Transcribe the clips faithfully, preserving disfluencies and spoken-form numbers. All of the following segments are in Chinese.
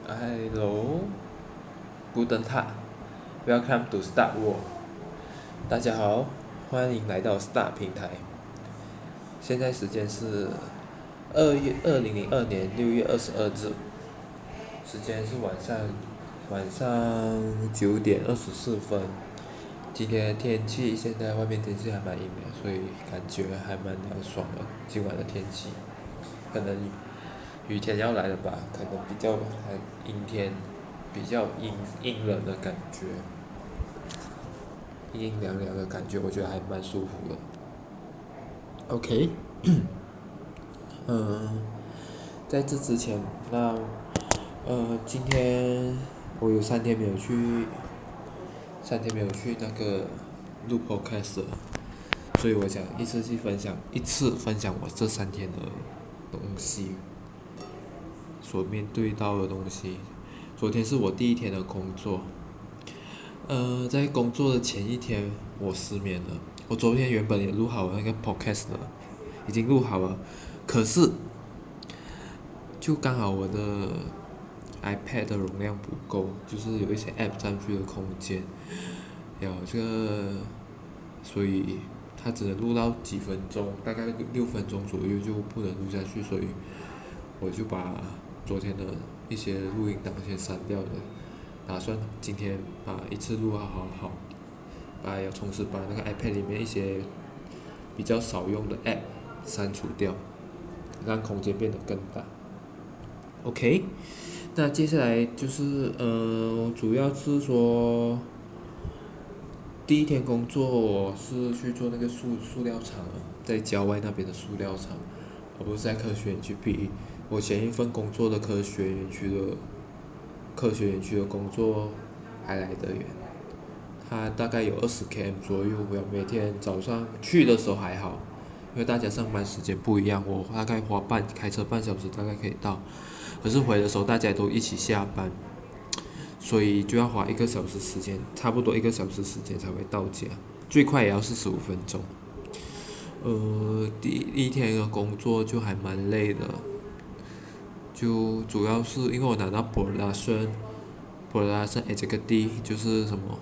Hello, Guten Tag, Welcome to Start World。大家好，欢迎来到 Start 平台。现在时间是二月二零零二年六月二十二日，时间是晚上晚上九点二十四分。今天天气现在外面天气还蛮阴的，所以感觉还蛮凉爽的。今晚的天气，可能雨天要来了吧？可能比较还阴天，比较阴阴冷的感觉，阴阴凉凉的感觉，我觉得还蛮舒服的。OK，嗯，在这之前，那呃，今天我有三天没有去，三天没有去那个录 podcast 了，所以我想一次去分享，一次分享我这三天的东西，所面对到的东西。昨天是我第一天的工作，呃，在工作的前一天我失眠了。我昨天原本也录好了那个 podcast 了，已经录好了，可是就刚好我的 iPad 的容量不够，就是有一些 app 占据了空间，然后这个，所以它只能录到几分钟，大概六分钟左右就不能录下去，所以我就把昨天的一些录音档先删掉了，打算今天把一次录好好好，把要同时把那个 iPad 里面一些比较少用的 app 删除掉，让空间变得更大。OK，那接下来就是呃，主要是说第一天工作我是去做那个塑塑料厂，在郊外那边的塑料厂，而不是在科学园区。比我前一份工作的科学园区的科学园区的工作还来得远，它大概有二十 km 左右。我每天早上去的时候还好，因为大家上班时间不一样，我大概花半开车半小时大概可以到，可是回的时候大家都一起下班，所以就要花一个小时时间，差不多一个小时时间才会到家，最快也要四十五分钟。呃，第一天的工作就还蛮累的，就主要是因为我拿到 production production executive 就是什么，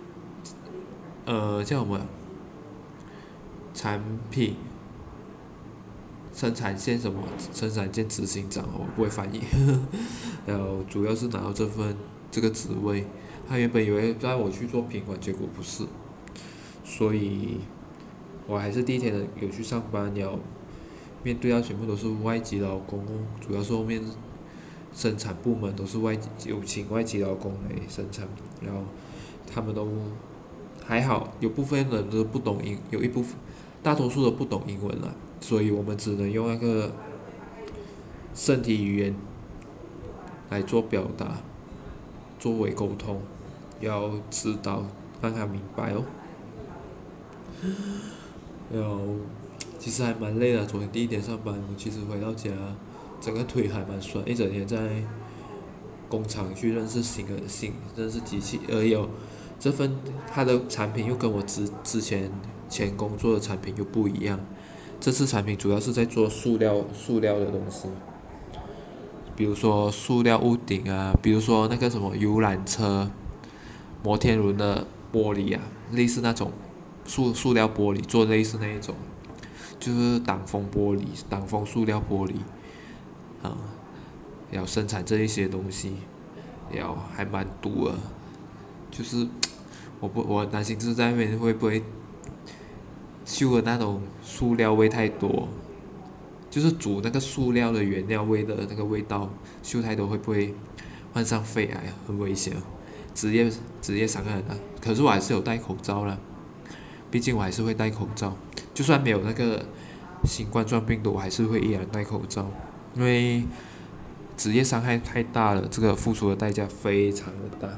呃，叫什么产品生产线什么生产线执行长，我不会翻译，然后主要是拿到这份这个职位，他原本以为让我去做品管，结果不是，所以我还是第一天的有去上班，要面对到全部都是外籍劳工哦，主要是后面生产部门都是外有请外籍劳工来生产，然后他们都还好，有部分人都不懂英，有一部分大多数都不懂英文了，所以我们只能用那个身体语言来做表达，作为沟通，要指导让他明白哦。然后其实还蛮累的，昨天第一天上班，我其实回到家，整个腿还蛮酸，一整天在工厂去认识新的新认识机器，而有这份它的产品又跟我之之前前工作的产品又不一样。这次产品主要是在做塑料塑料的东西，比如说塑料屋顶啊，比如说那个什么游览车、摩天轮的玻璃啊，类似那种塑塑料玻璃，做类似那一种，就是挡风玻璃、挡风塑料玻璃啊，要生产这一些东西，要还蛮多的，就是我不我担心就是在那边会不会锈的那种塑料味太多，就是煮那个塑料的原料味的那个味道，嗅太多会不会患上肺癌啊？很危险，职业职业伤害很大。可是我还是有戴口罩啦，毕竟我还是会戴口罩，就算没有那个新冠状病毒，我还是会依然戴口罩，因为职业伤害太大了，这个付出的代价非常的大，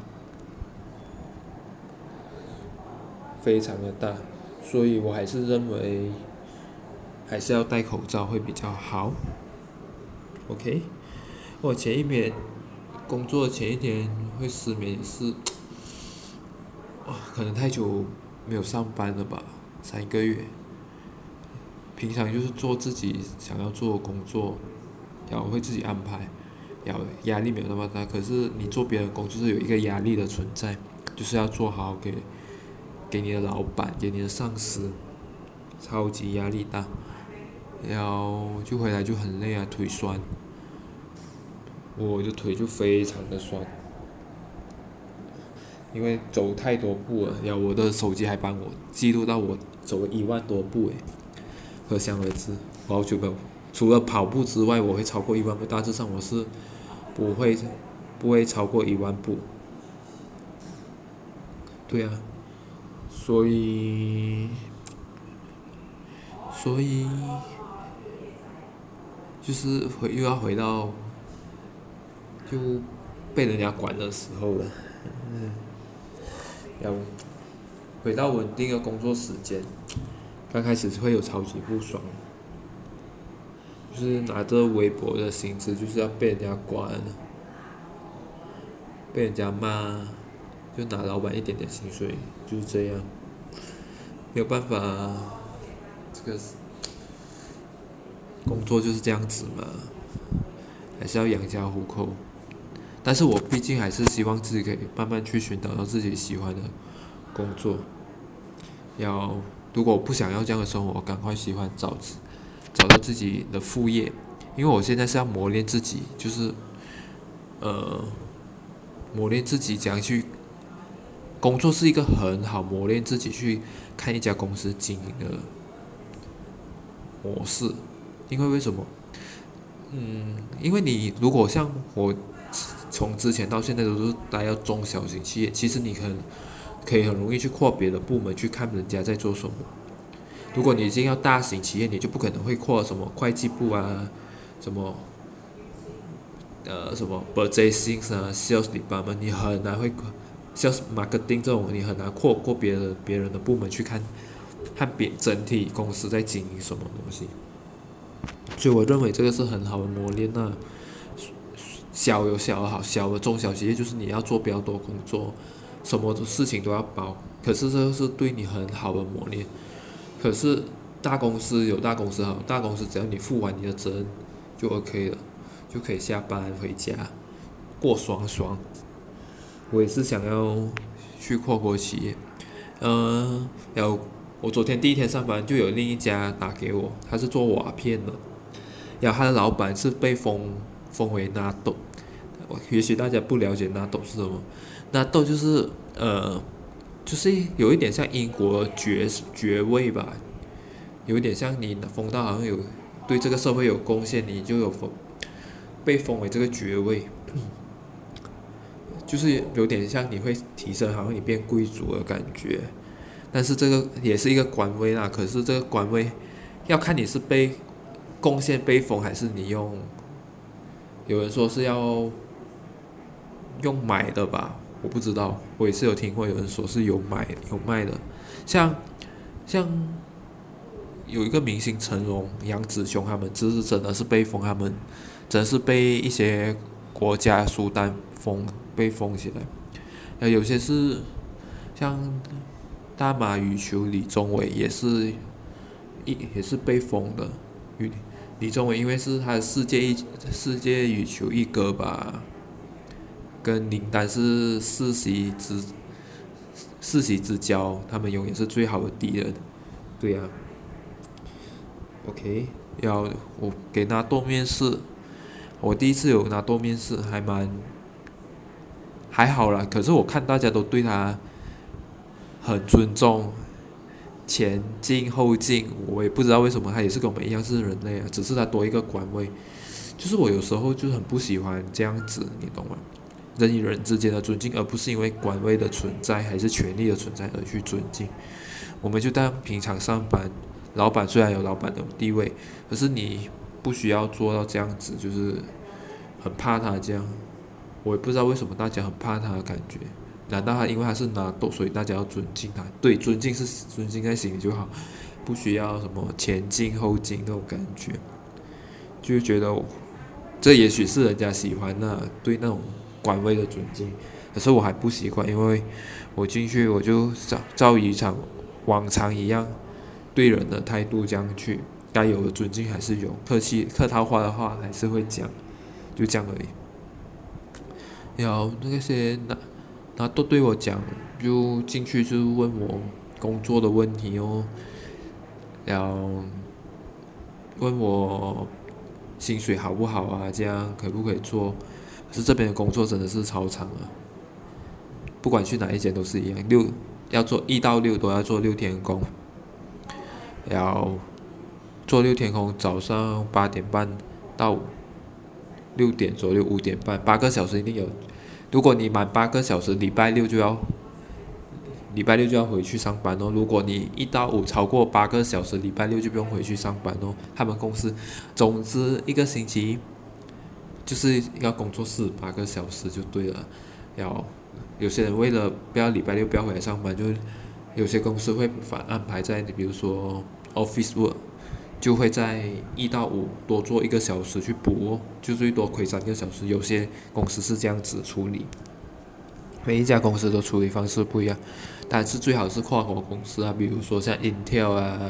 非常的大，所以我还是认为还是要戴口罩会比较好。OK，我前一天工作前一天会失眠也是，哇，可能太久没有上班了吧，三个月。平常就是做自己想要做的工作，然后会自己安排， 压压力没有那么大。可是你做别的工就是有一个压力的存在，就是要做好给给你的老板、给你的上司，超级压力大。然后就回来就很累啊，腿酸，我的腿就非常的酸，因为走太多步了。然后我的手机还帮我记录到我走了一万多步诶，可想而知。我就没除了跑步之外，我会超过一万步，大致上我是不会不会超过一万步。对啊，所以所以就是回又要回到就被人家管的时候了，要回到稳定的工作时间。刚开始会有超级不爽，就是拿着微薄的薪资，就是要被人家管，被人家骂，就拿老板一点点薪水，就是这样，没有办法，这个工作就是这样子嘛，还是要养家糊口。但是我毕竟还是希望自己可以慢慢去寻找到自己喜欢的工作。要如果我不想要这样的生活，我赶快喜欢找找到自己的副业，因为我现在是要磨练自己，就是呃磨练自己怎样去工作是一个很好磨练自己去看一家公司经营的模式。因为为什么？嗯，因为你如果像我从之前到现在都是待到中小型企业，其实你可能可以很容易去跨别的部门去看人家在做什么。如果你已经要大型企业，你就不可能会跨什么会计部啊，什么呃什么 purchasing 啊 sales department， 你很难会 sales marketing 这种，你很难跨过别的别人的部门去看看别整体公司在经营什么东西。所以我认为这个是很好的磨练啊。小有小的好，小的中小企业就是你要做比较多工作，什么事情都要包，可是这是对你很好的磨练。可是大公司有大公司好，大公司只要你负完你的责任就 OK 了，就可以下班回家过爽爽。我也是想要去跨国企业，嗯，然后我昨天第一天上班就有另一家打给我，他是做瓦片的，然后他的老板是被封封为纳豆。也许大家不了解纳豆是什么，纳豆就是呃，就是有一点像英国爵爵位吧，有一点像你封到好像有对这个社会有贡献，你就有封被封为这个爵位，就是有点像你会提升，好像你变贵族的感觉。但是这个也是一个官位啦，可是这个官位要看你是被贡献被封，还是你用，有人说是要用买的吧，我不知道，我也是有听过有人说是有买有卖的，像像有一个明星成龙、杨紫琼他们，这是真的是被封，他们真的是被一些国家书单封被封起来，呃，有些是像大马羽球李宗伟也是一也是被封的，李李宗伟因为是他的世界一世界羽球一哥吧。跟林丹是世袭之世袭之交，他们永远是最好的敌人。对呀、啊、，OK，要我给纳豆面试，我第一次有纳豆面试，还蛮还好啦。可是我看大家都对他很尊重，前进后进，我也不知道为什么，他也是跟我们一样是人类啊，只是他多一个官位。就是我有时候就很不喜欢这样子，你懂吗？人与人之间的尊敬，而不是因为官位的存在还是权力的存在而去尊敬。我们就当平常上班，老板虽然有老板的地位，可是你不需要做到这样子，就是很怕他这样。我也不知道为什么大家很怕他的感觉，难道他因为他是拿豆，所以大家要尊敬他？对，尊敬是尊敬在心里就好，不需要什么前进后进那种感觉。就觉得这也许是人家喜欢那对那种官位的尊敬，可是我还不习惯，因为我进去我就照照一场往常一样，对人的态度这样去，该有的尊敬还是有，客气客套话的话还是会讲，就这样而已。 然后那些那那都对我讲，就进去就问我工作的问题哦，然后问我薪水好不好啊，这样可不可以做？可是这边的工作真的是超长啊，不管去哪一间都是一样，六要做一到六都要做六天工，然后做六天工，早上八点半到六点左右，五点半，八个小时一定有。如果你满八个小时，礼拜六就要礼拜六就要回去上班哦。如果你一到五超过八个小时，礼拜六就不用回去上班哦。他们公司，总之一个星期就是要工作四十八个小时就对了。然后有些人为了不要礼拜六不要回来上班，就有些公司会反安排在比如说 office work，就会在一到五多做一个小时去补哦，就最多亏三个小时。有些公司是这样子处理，每一家公司的处理方式不一样，但是最好是跨国公司啊，比如说像 Intel 啊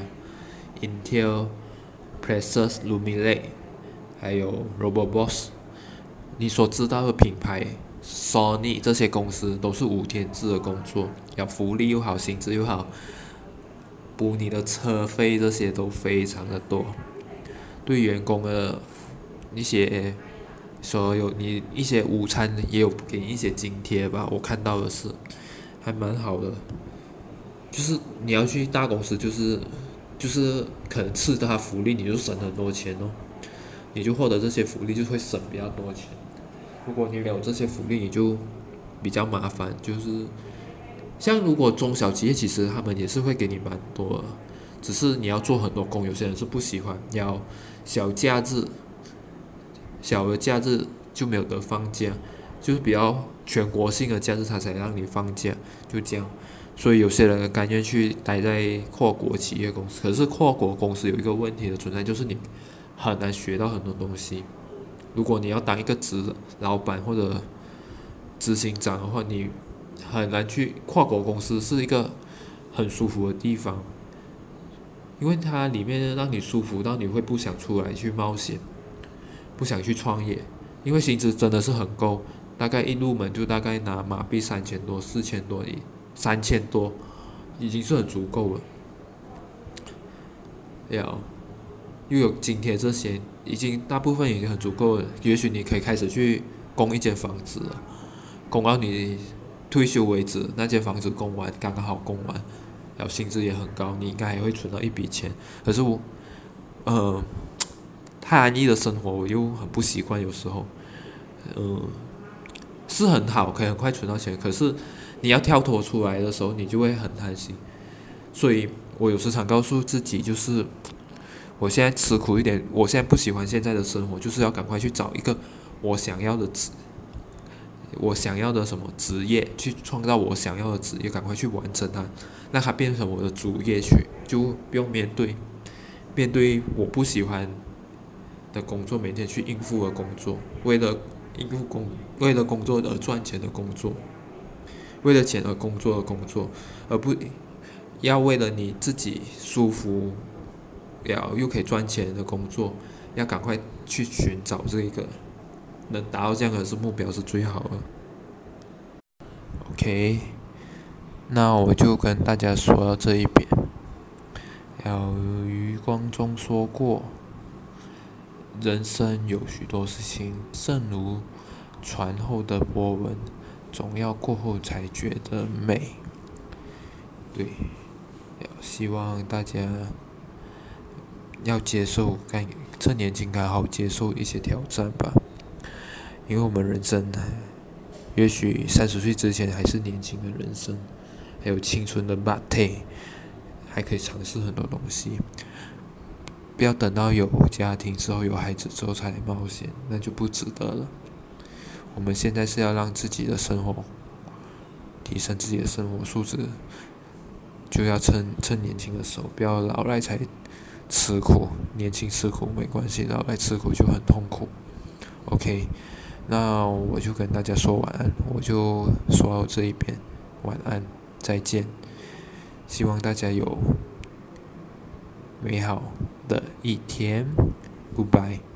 ，Intel、Plexus、Lumileds，还有 Roboboss，你所知道的品牌 Sony 这些公司都是五天制的工作，要福利又好，薪资又好，补你的车费这些都非常的多，对员工的一些所有你一些午餐也有给你一些津贴吧，我看到的是还蛮好的。就是你要去大公司，就是就是可能吃他福利，你就省很多钱哦，你就获得这些福利就会省比较多钱。如果你没有这些福利，你就比较麻烦。就是像如果中小企业，其实他们也是会给你蛮多的，只是你要做很多工，有些人是不喜欢。要小假日，小的假日就没有得放假，就是比较全国性的假日他才让你放假，就这样。所以有些人甘愿去待在跨国企业公司，可是跨国公司有一个问题的存在，就是你很难学到很多东西。如果你要当一个职老板或者执行长的话，你很难去跨国公司是一个很舒服的地方，因为它里面让你舒服到你会不想出来去冒险，不想去创业，因为薪资真的是很够，大概一入门就大概拿马币三千多、四千多，三千多已经是很足够了。要又有津贴这些，已经大部分已经很足够了。也许你可以开始去供一间房子了，供到你退休为止，那间房子供完刚刚好供完，然后薪资也很高，你应该还会存到一笔钱。可是我，呃，太安逸的生活我又很不习惯，有时候，嗯、呃，是很好，可以很快存到钱，可是你要跳脱出来的时候，你就会很贪心。所以我有时常告诉自己，就是我现在吃苦一点，我现在不喜欢现在的生活，就是要赶快去找一个我想要的职，我想要的什么职业，去创造我想要的职业，赶快去完成它，让它变成我的主业去，就不用面对面对我不喜欢的工作，每天去应付的工作，为了应付工，为了工作而赚钱的工作，为了钱而工作的工作，而不要为了你自己舒服，要又可以赚钱的工作，要赶快去寻找这一个能达到这样的是目标是最好的。OK，那我就跟大家说到这一边。要余光中说过，人生有许多事情，正如船后的波纹，总要过后才觉得美。对，希望大家要接受，趁年轻还好接受一些挑战吧。因为我们人生，也许三十岁之前还是年轻的人生，还有青春的巴泰，还可以尝试很多东西。不要等到有家庭之后、有孩子之后才来冒险，那就不值得了。我们现在是要让自己的生活提升自己的生活素质，就要趁趁年轻的时候，不要老来才吃苦。年轻吃苦没关系，老来吃苦就很痛苦。OK， 那我就跟大家说晚安，我就说到这一边，晚安，再见。希望大家有美好的一天 ，Goodbye。